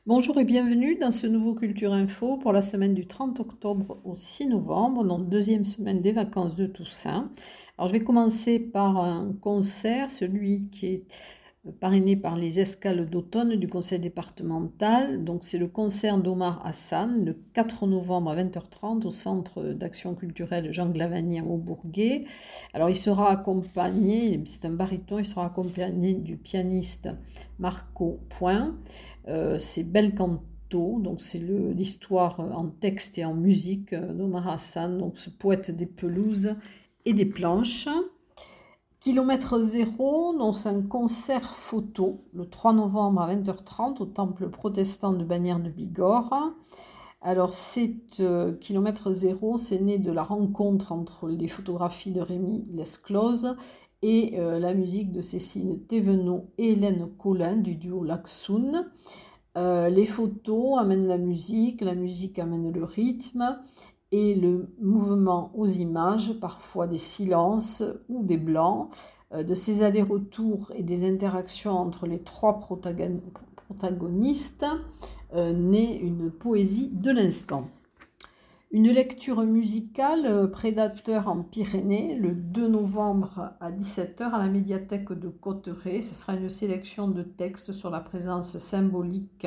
Bonjour et bienvenue dans ce nouveau Culture Info pour la semaine du 30 octobre au 6 novembre, donc deuxième semaine des vacances de Toussaint. Alors je vais commencer par un concert, celui qui est parrainé par les escales d'automne du conseil départemental. Donc c'est le concert d'Omar Hassan le 4 novembre à 20h30 au centre d'action culturelle Jean Glavany à Maubourguet. Alors il sera accompagné, c'est un baryton, il sera accompagné du pianiste Marco Point. C'est Bel Canto, donc c'est l'histoire en texte et en musique d'Omar Hassan, donc ce poète des pelouses et des planches. Kilomètre zéro, donc c'est un concert photo le 3 novembre à 20h30 au temple protestant de Bagnères de Bigorre. Alors c'est Kilomètre zéro, c'est né de la rencontre entre les photographies de Rémi Lesclose et la musique de Cécile Thévenot et Hélène Collin du duo Laxoon. Les photos amènent la musique amène le rythme et le mouvement aux images, parfois des silences ou des blancs, de ces allers-retours et des interactions entre les trois protagonistes, naît une poésie de l'instant. Une lecture musicale, Prédateur en Pyrénées, le 2 novembre à 17h à la médiathèque de Cotteret. Ce sera une sélection de textes sur la présence symbolique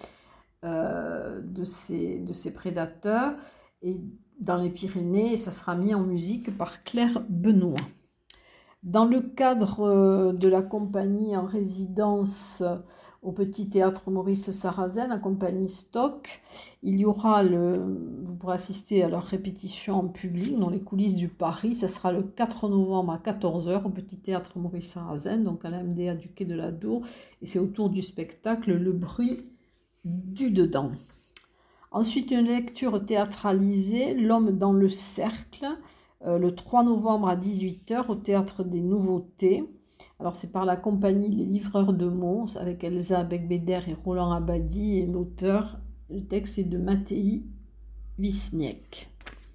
de ces prédateurs et dans les Pyrénées. Ça sera mis en musique par Claire Benoît. Dans le cadre de la compagnie en résidence au Petit Théâtre Maurice Sarrazin, la compagnie Stock, il y aura vous pourrez assister à leur répétition en public dans les coulisses du Paris. Ça sera le 4 novembre à 14h au Petit Théâtre Maurice Sarrazin, donc à la MDA du Quai de la Dour. Et c'est autour du spectacle Le bruit du dedans. Ensuite, une lecture théâtralisée, L'homme dans le cercle, le 3 novembre à 18h au Théâtre des Nouveautés. Alors c'est par la compagnie Les Livreurs de mots avec Elsa Becbéder et Roland Abadie, et l'auteur, le texte est de Mattei Wisniewski.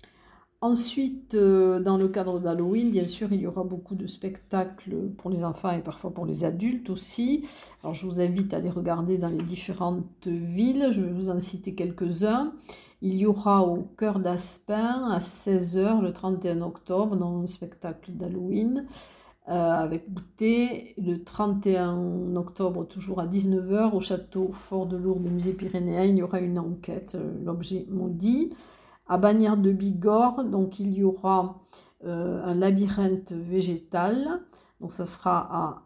Ensuite, dans le cadre d'Halloween, bien sûr, il y aura beaucoup de spectacles pour les enfants et parfois pour les adultes aussi. Alors je vous invite à les regarder dans les différentes villes. Je vais vous en citer quelques-uns. Il y aura au Cœur d'Aspin à 16h le 31 octobre dans un spectacle d'Halloween avec goûter. Le 31 octobre, toujours à 19h, au château Fort de Lourdes, musée pyrénéen, il y aura une enquête, l'objet maudit. À Bagnères de Bigorre, donc il y aura un labyrinthe végétal. Donc ça sera à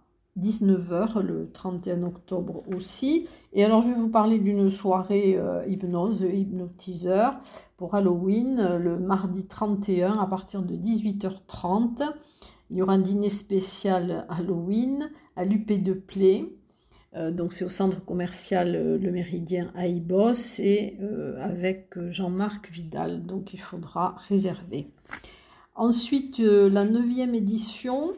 19h le 31 octobre aussi. Et alors je vais vous parler d'une soirée hypnose, hypnotiseur pour Halloween, le mardi 31 à partir de 18h30. Il y aura un dîner spécial Halloween à l'UP de Play. Donc c'est au centre commercial Le Méridien à Ibos et avec Jean-Marc Vidal. Donc il faudra réserver. Ensuite, la 9e édition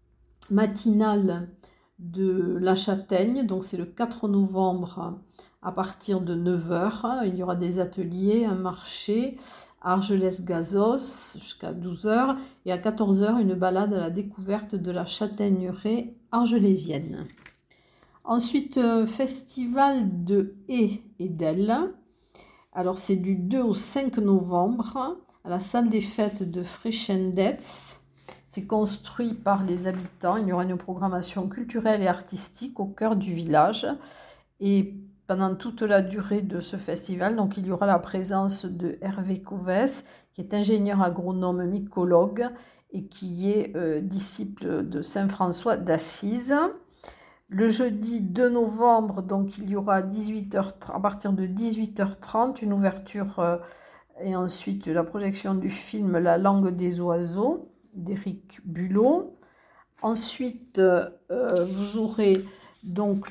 matinale de La Châtaigne. Donc c'est le 4 novembre à partir de 9h. Il y aura des ateliers, un marché à Argelès-Gazos jusqu'à 12h. Et à 14h, une balade à la découverte de la châtaigneraie argelésienne. Ensuite, festival de haies et d'ailes. Alors, c'est du 2 au 5 novembre à la salle des fêtes de Frechendetz. C'est construit par les habitants. Il y aura une programmation culturelle et artistique au cœur du village. Et pendant toute la durée de ce festival, donc, il y aura la présence de Hervé Covès, qui est ingénieur agronome mycologue et qui est disciple de Saint François d'Assise. Le jeudi 2 novembre, donc il y aura à partir de 18h30 une ouverture et ensuite la projection du film La langue des oiseaux d'Éric Bulot. Ensuite, vous aurez donc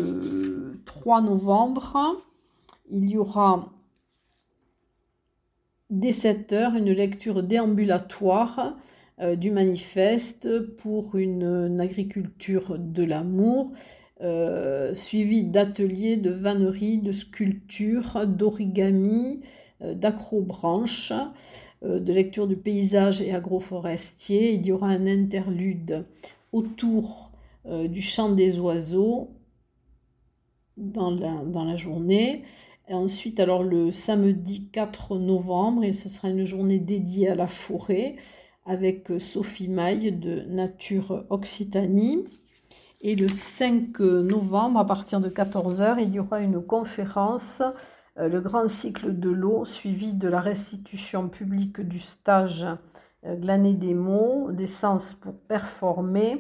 le 3 novembre, il y aura dès 7h une lecture déambulatoire du manifeste pour une agriculture de l'amour, suivi d'ateliers de vannerie, de sculpture, d'origami, d'acrobranche, de lecture du paysage et agroforestier. Il y aura un interlude autour du chant des oiseaux dans la journée. Et ensuite, alors le samedi 4 novembre, et ce sera une journée dédiée à la forêt avec Sophie Maille de Nature Occitanie. Et le 5 novembre, à partir de 14 h, il y aura une conférence, le grand cycle de l'eau, suivi de la restitution publique du stage glaner des mots, des sons pour performer,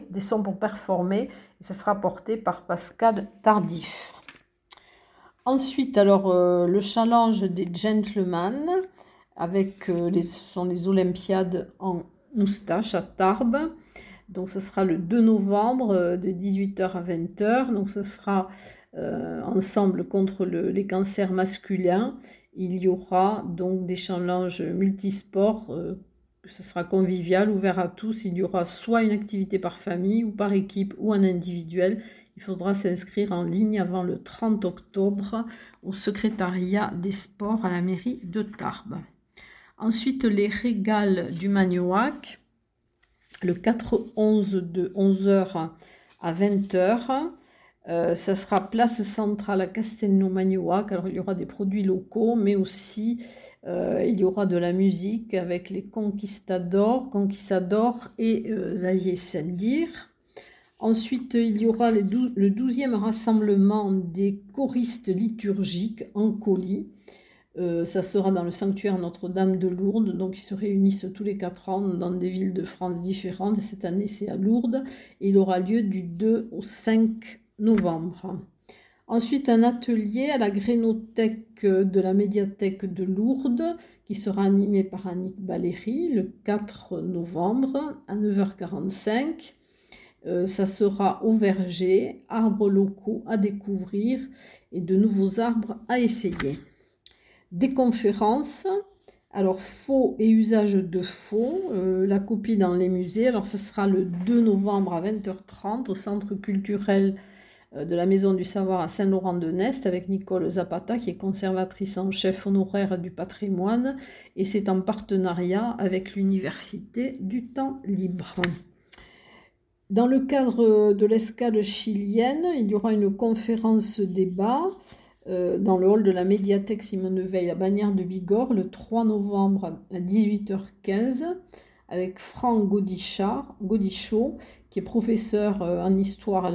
et ça sera porté par Pascal Tardif. Ensuite, alors, le challenge des gentlemen, avec ce sont les Olympiades en moustache à Tarbes. Donc, ce sera le 2 novembre de 18 h à 20 h. Donc, ce sera ensemble contre les cancers masculins. Il y aura donc des challenges multisports. Ce sera convivial, ouvert à tous. Il y aura soit une activité par famille ou par équipe ou en individuel. Il faudra s'inscrire en ligne avant le 30 octobre au secrétariat des sports à la mairie de Tarbes. Ensuite, les régales du Magnoac, le 4-11 de 11 h à 20 h. Ça sera place centrale à Castelnau-Magnoac. Alors, il y aura des produits locaux, mais aussi il y aura de la musique avec les Conquistadors et Xavier Seldir. Ensuite, il y aura le 12e rassemblement des choristes liturgiques en colis. Ça sera dans le sanctuaire Notre-Dame de Lourdes, donc ils se réunissent tous les 4 ans dans des villes de France différentes. Cette année, c'est à Lourdes et il aura lieu du 2 au 5 novembre. Ensuite, un atelier à la grénothèque de la médiathèque de Lourdes qui sera animé par Annick Baléry le 4 novembre à 9 h 45. Ça sera au verger, arbres locaux à découvrir et de nouveaux arbres à essayer. Des conférences, alors faux et usage de faux, la copie dans les musées. Alors ça sera le 2 novembre à 20 h 30 au centre culturel de la Maison du Savoir à Saint-Laurent-de-Nest avec Nicole Zapata qui est conservatrice en chef honoraire du patrimoine et c'est en partenariat avec l'Université du Temps Libre. Dans le cadre de l'escale chilienne, il y aura une conférence débat dans le hall de la médiathèque Simone Veil à Bagnères de Bigorre le 3 novembre à 18 h 15 avec Franck Gaudichaud qui est professeur en histoire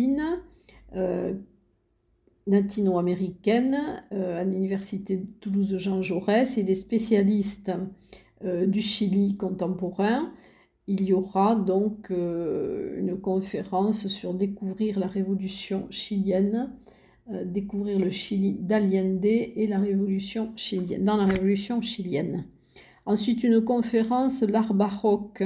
latino-américaine à l'université de Toulouse Jean Jaurès et des spécialistes du Chili contemporain. Il y aura donc une conférence sur découvrir la révolution chilienne, découvrir le Chili d'Allende et la révolution chilienne, dans la révolution chilienne. Ensuite, une conférence l'art baroque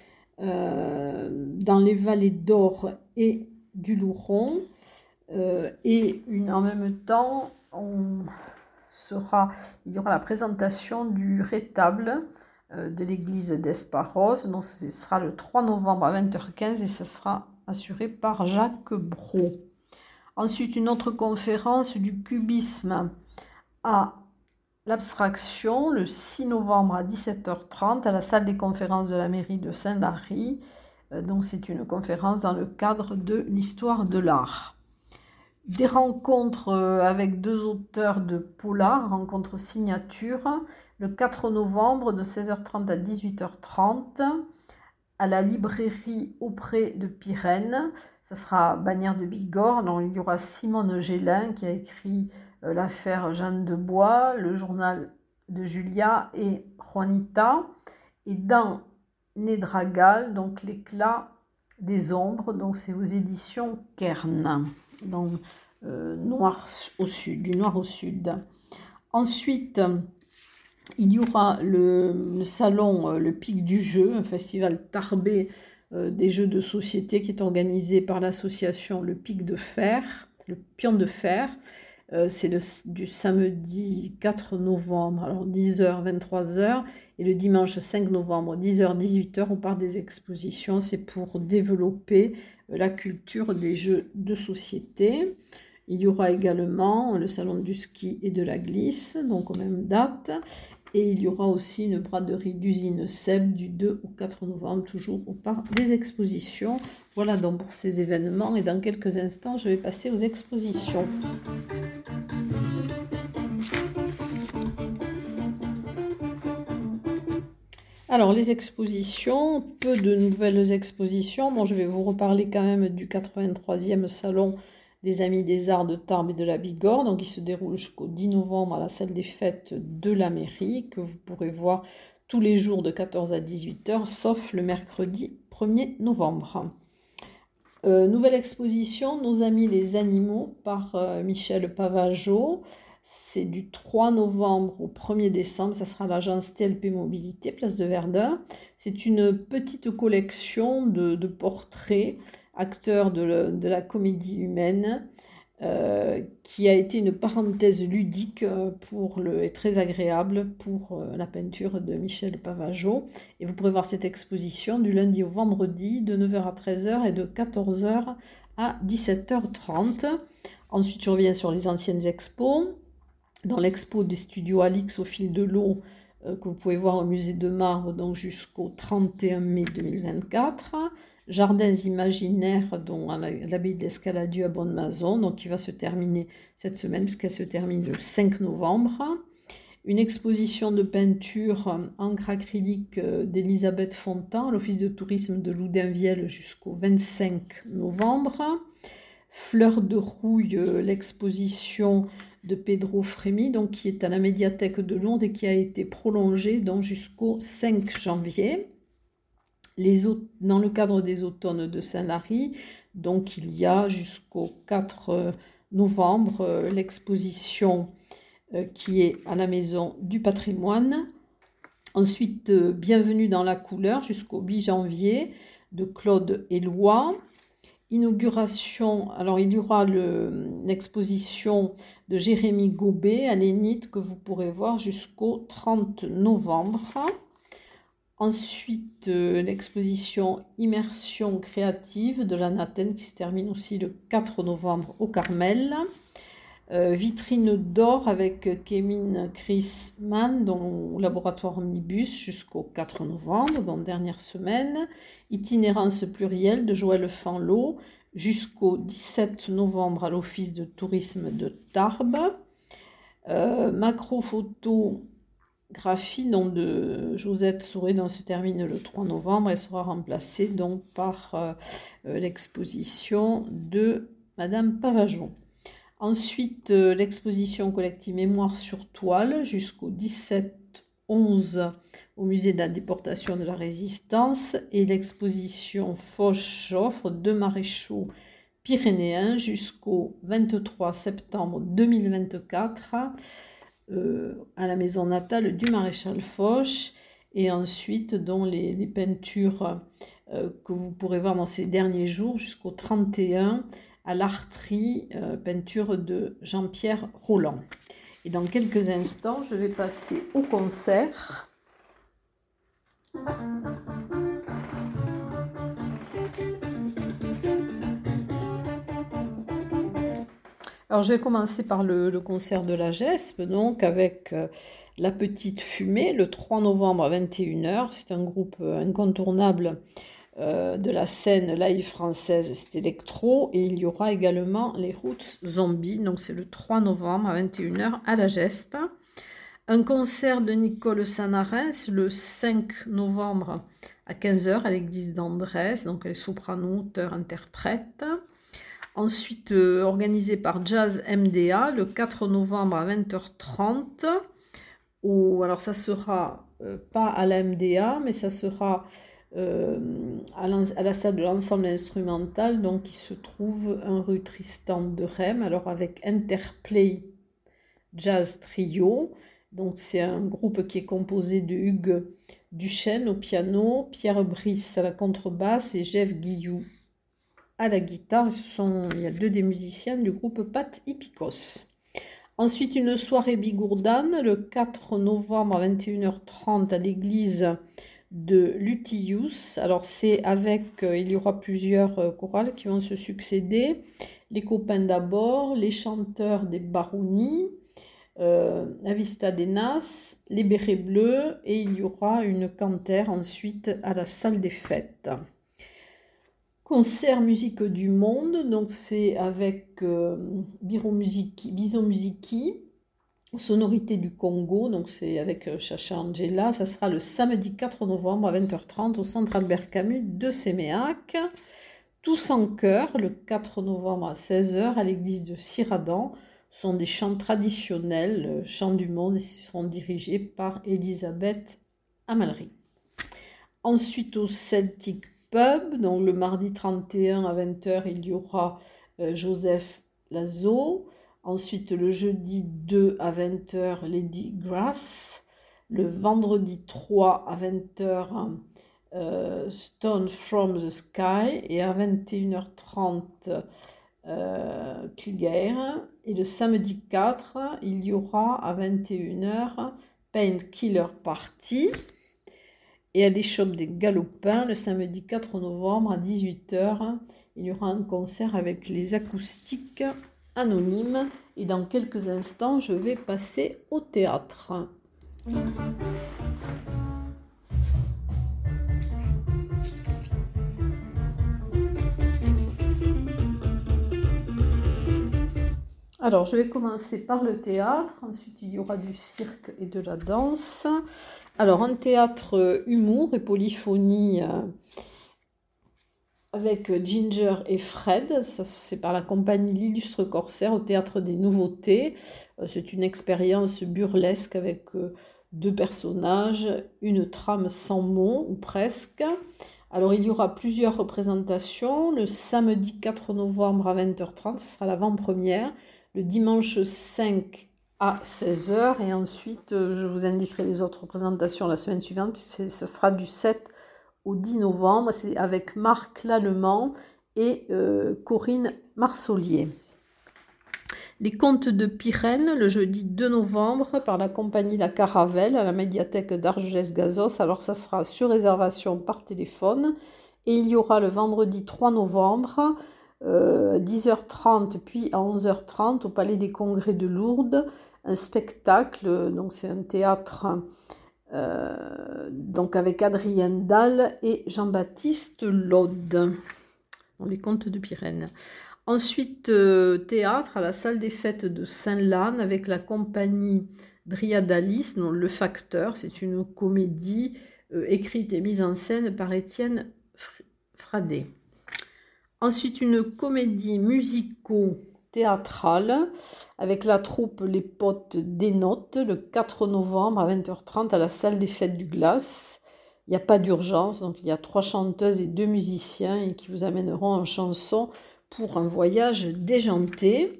dans les vallées d'Or et du Louron. Et en même temps, il y aura la présentation du rétable de l'église d'Esparros. Donc, ce sera le 3 novembre à 20 h 15 et ce sera assuré par Jacques Brault. Ensuite, une autre conférence du cubisme à l'abstraction le 6 novembre à 17 h 30 à la salle des conférences de la mairie de Saint-Lary. Donc, c'est une conférence dans le cadre de l'histoire de l'art. Des rencontres avec 2 auteurs de polar, rencontres signature, le 4 novembre de 16 h 30 à 18 h 30 à la librairie auprès de Pyrène. Ça sera à Bagnères de Bigorre. Alors, il y aura Simone Gélin qui a écrit l'affaire Jeanne de Bois, le journal de Julia et Juanita. Et dans Nédragal, donc l'éclat des ombres, donc c'est aux éditions Kern. Donc, noir au sud, du noir au sud. Ensuite, il y aura le salon Le Pic du Jeu, un festival tarbais des jeux de société qui est organisé par l'association Le Pic de Fer, le Pion de Fer. C'est du samedi 4 novembre, alors 10 h 23 h, et le dimanche 5 novembre 10 h 18 h au parc des expositions. C'est pour développer la culture des jeux de société. Il y aura également le salon du ski et de la glisse, donc aux mêmes dates. Et il y aura aussi une braderie d'usine Seb du 2 au 4 novembre, toujours au parc des expositions. Voilà donc pour ces événements. Et dans quelques instants, je vais passer aux expositions. Alors, les expositions, peu de nouvelles expositions. Bon, je vais vous reparler quand même du 83e Salon des Amis des Arts de Tarbes et de la Bigorre. Donc, il se déroule jusqu'au 10 novembre à la salle des fêtes de la mairie, que vous pourrez voir tous les jours de 14 à 18 h, sauf le mercredi 1er novembre. Nouvelle exposition, Nos Amis les Animaux, par Michel Pavageau. C'est du 3 novembre au 1er décembre, ça sera à l'agence TLP Mobilité, place de Verdun. C'est une petite collection de portraits, acteurs de la comédie humaine, qui a été une parenthèse ludique et très agréable pour la peinture de Michel Pavageau. Et vous pourrez voir cette exposition du lundi au vendredi de 9 h à 13 h et de 14 h à 17 h 30. Ensuite, je reviens sur les anciennes expos. Dans l'expo des studios Alix au fil de l'eau, que vous pouvez voir au musée de Marbre donc jusqu'au 31 mai 2024. Jardins imaginaires dont à l'abbaye d'Escaladieu à Bonne-Maison, donc qui va se terminer cette semaine puisqu'elle se termine le 5 novembre. Une exposition de peinture encre acrylique d'Elisabeth Fontan à l'office de tourisme de Loudunvielle jusqu'au 25 novembre. Fleurs de rouille, l'exposition de Pedro Frémy, donc qui est à la médiathèque de Lourdes et qui a été prolongée donc jusqu'au 5 janvier. Dans le cadre des automnes de Saint-Lary, donc il y a jusqu'au 4 novembre l'exposition qui est à la Maison du Patrimoine. Ensuite, Bienvenue dans la couleur jusqu'au 8 janvier de Claude Éloi. Inauguration, alors il y aura l'exposition de Jérémy Gobet à l'Énith que vous pourrez voir jusqu'au 30 novembre. Ensuite, l'exposition Immersion créative de l'Anathène qui se termine aussi le 4 novembre au Carmel. Vitrine d'or avec Kevin Chrisman, au laboratoire Omnibus jusqu'au 4 novembre, donc dernière semaine. Itinérance plurielle de Joël Fanlot jusqu'au 17 novembre à l'office de tourisme de Tarbes. Macro-photographie de Josette Souré, dont se termine le 3 novembre. Elle sera remplacée donc par l'exposition de Madame Pavageau. Ensuite, l'exposition collective Mémoire sur toile jusqu'au 17-11 au musée de la déportation de la Résistance et l'exposition Foch-Joffre de maréchaux pyrénéens jusqu'au 23 septembre 2024 à la maison natale du maréchal Foch. Et ensuite, dont les peintures que vous pourrez voir dans ces derniers jours jusqu'au 31 à l'Arterie, peinture de Jean-Pierre Roland. Et dans quelques instants, je vais passer au concert. Alors, je vais commencer par le concert de la GESP, donc avec La Petite Fumée, le 3 novembre à 21 h. C'est un groupe incontournable de la scène live française, c'est électro, et il y aura également les Roots Zombies, donc c'est le 3 novembre à 21 h à la GESP. Un concert de Nicole Sanarès le 5 novembre à 15 h à l'église d'Andrès, donc elle est soprano, auteur, interprète. Ensuite, organisé par Jazz MDA le 4 novembre à 20 h 30. Alors ça sera pas à la MDA, mais ça sera à la salle de l'ensemble instrumental, donc qui se trouve un rue Tristan de Reims, alors avec Interplay Jazz Trio. Donc c'est un groupe qui est composé de Hugues Duchesne au piano, Pierre Brice à la contrebasse et Jeff Guillou à la guitare. Il y a deux des musiciens du groupe Pat Hippicos. Ensuite, une soirée bigourdane le 4 novembre à 21 h 30 à l'église de Lutius. Alors c'est il y aura plusieurs chorales qui vont se succéder. Les copains d'abord, les chanteurs des baronnies, La Vista des Nas, les Bérets Bleus, et il y aura une cantaire ensuite à la salle des fêtes. Concert musique du monde, donc c'est avec Bison Musiki, Sonorité du Congo, donc c'est avec Chacha Angela. Ça sera le samedi 4 novembre à 20h30 au Centre Albert Camus de Séméac. Tous en chœur, le 4 novembre à 16h à l'église de Ciradan. Ce sont des chants traditionnels, chants du monde, et ils seront dirigés par Elisabeth Amalry. Ensuite au Celtic Pub, donc le mardi 31 à 20h, il y aura Joseph Lazo. Ensuite, le jeudi 2 à 20h, Lady Grass. Le vendredi 3 à 20h, Stone from the Sky. Et à 21h30, Kilgare. Et le samedi 4, il y aura à 21h, Painkiller Party. Et à l'échoppe des Galopins, le samedi 4 novembre à 18h, il y aura un concert avec les acoustiques anonyme, et dans quelques instants je vais passer au théâtre. Alors je vais commencer par le théâtre, ensuite il y aura du cirque et de la danse. Alors un théâtre humour et polyphonie avec Ginger et Fred, ça c'est par la compagnie L'Illustre Corsaire au Théâtre des Nouveautés. C'est une expérience burlesque avec deux personnages, une trame sans mots ou presque. Alors il y aura plusieurs représentations. Le samedi 4 novembre à 20h30, ce sera l'avant-première. Le dimanche 5 à 16h et ensuite je vous indiquerai les autres représentations la semaine suivante, puisque ça sera du 7 au 10 novembre, c'est avec Marc Lallemand et Corinne Marsolier. Les Contes de Pirène, le jeudi 2 novembre, par la compagnie La Caravelle, à la médiathèque d'Argelès-Gazos. Alors ça sera sur réservation par téléphone. Et il y aura le vendredi 3 novembre, 10h30 puis à 11h30 au Palais des Congrès de Lourdes, un spectacle, donc c'est un théâtre... donc avec Adrien Dalle et Jean-Baptiste Laude, dans les Contes de Pirène. Ensuite, théâtre à la salle des fêtes de Saint-Lanne avec la compagnie Dryadalis, non, Le Facteur. C'est une comédie écrite et mise en scène par Étienne Fradet. Ensuite, une comédie musico-théâtrale avec la troupe Les Potes des Notes le 4 novembre à 20h30 à la salle des fêtes du Glace. Il n'y a pas d'urgence, donc il y a 3 chanteuses et 2 musiciens et qui vous amèneront en chanson pour un voyage déjanté.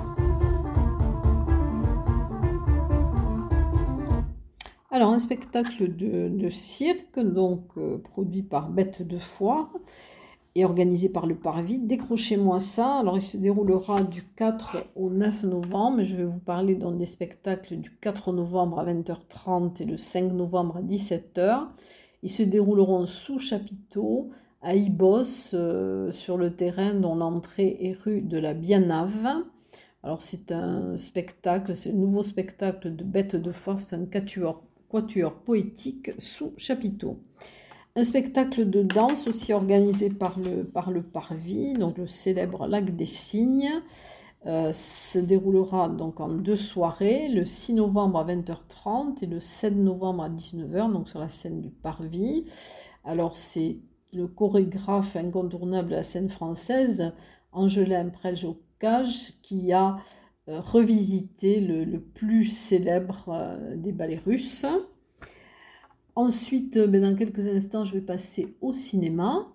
Alors un spectacle de cirque, donc produit par Bête de Foire et organisé par le Parvis. Décrochez-moi ça. Alors il se déroulera du 4 au 9 novembre. Je vais vous parler donc des spectacles du 4 novembre à 20h30 et le 5 novembre à 17h. Ils se dérouleront sous chapiteau à Ibos, sur le terrain dont l'entrée est rue de la Biennave. Alors c'est un spectacle, c'est un nouveau spectacle de Bête de Foire, c'est un quatuor poétique sous chapiteau. Un spectacle de danse aussi organisé par le Parvis, donc le célèbre Lac des Cygnes, se déroulera donc en 2 soirées, le 6 novembre à 20h30 et le 7 novembre à 19h, donc sur la scène du Parvis. Alors c'est le chorégraphe incontournable de la scène française, Angelin Preljocaj, qui a revisité le plus célèbre des ballets russes. Ensuite, dans quelques instants, je vais passer au cinéma.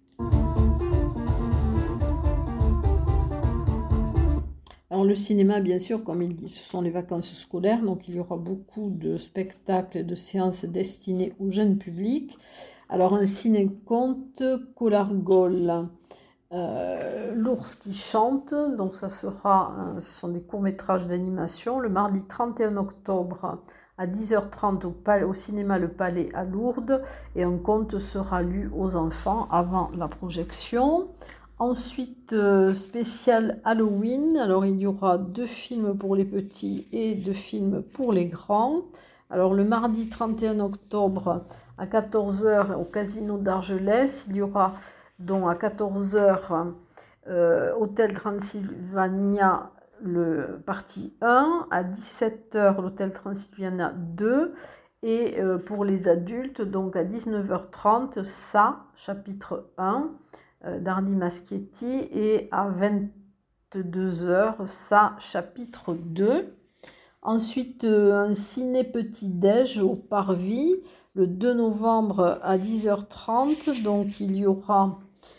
Alors le cinéma, bien sûr, comme il dit, ce sont les vacances scolaires, donc il y aura beaucoup de spectacles et de séances destinées au jeune public. Alors un ciné-conte, Colargol, l'ours qui chante, donc ça sera, ce sont des courts-métrages d'animation, le mardi 31 octobre à 10h30 au cinéma Le Palais à Lourdes, et un conte sera lu aux enfants avant la projection. Ensuite, spécial Halloween. Alors, il y aura 2 films pour les petits et 2 films pour les grands. Alors, le mardi 31 octobre à 14 h au Casino d'Argelès, il y aura donc à 14 h Hôtel Transylvania, le partie 1, à 17 h l'Hôtel Transylvania 2, et pour les adultes, donc à 19 h 30, ça, chapitre 1, d'Hardy Maschietti, et à 22 h ça, chapitre 2. Ensuite, un ciné petit-déj au Parvis, le 2 novembre à 10 h 30, donc il y aura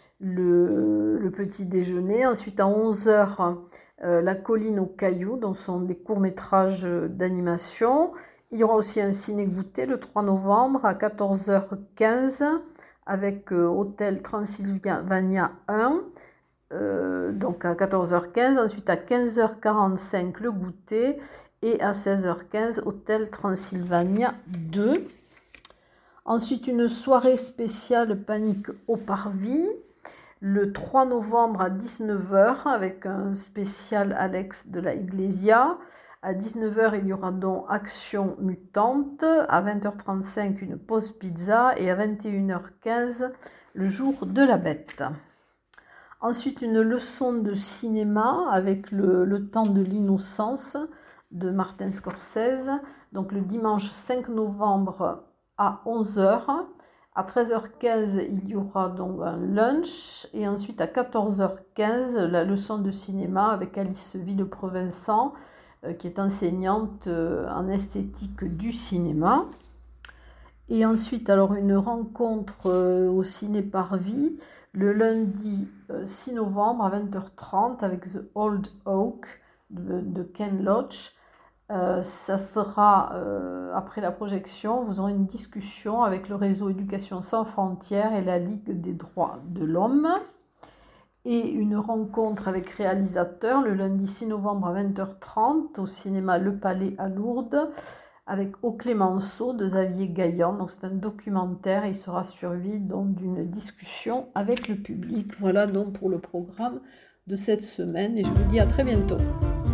le petit déjeuner. Ensuite, à 11 h La colline aux cailloux, donc ce sont des courts-métrages d'animation. Il y aura aussi un ciné-goûter le 3 novembre à 14 h 15 avec Hôtel Transylvania 1, donc à 14 h 15. Ensuite, à 15 h 45 le goûter, et à 16 h 15 Hôtel Transylvania 2. Ensuite, une soirée spéciale Panique au Parvis, le 3 novembre à 19 h avec un spécial Alex de la Iglesia. À 19 h il y aura donc Action Mutante. À 20 h 35 une pause pizza. Et à 21 h 15 le jour de la bête. Ensuite, une leçon de cinéma avec le temps de l'innocence de Martin Scorsese. Donc le dimanche 5 novembre à 11 h. À 13 h 15 il y aura donc un lunch. Et ensuite à 14 h 15 la leçon de cinéma avec Alice Villeprovincent, qui est enseignante en esthétique du cinéma. Et ensuite, alors une rencontre au Ciné Parvis le lundi 6 novembre à 20 h 30 avec The Old Oak de Ken Loach. Ça sera après la projection, vous aurez une discussion avec le réseau Éducation sans frontières et la Ligue des droits de l'homme. Et une rencontre avec réalisateur le lundi 6 novembre à 20 h 30 au cinéma Le Palais à Lourdes avec Au Clémenceau de Xavier Gaillan. Donc c'est un documentaire et il sera suivi donc d'une discussion avec le public. Voilà donc pour le programme de cette semaine et je vous dis à très bientôt.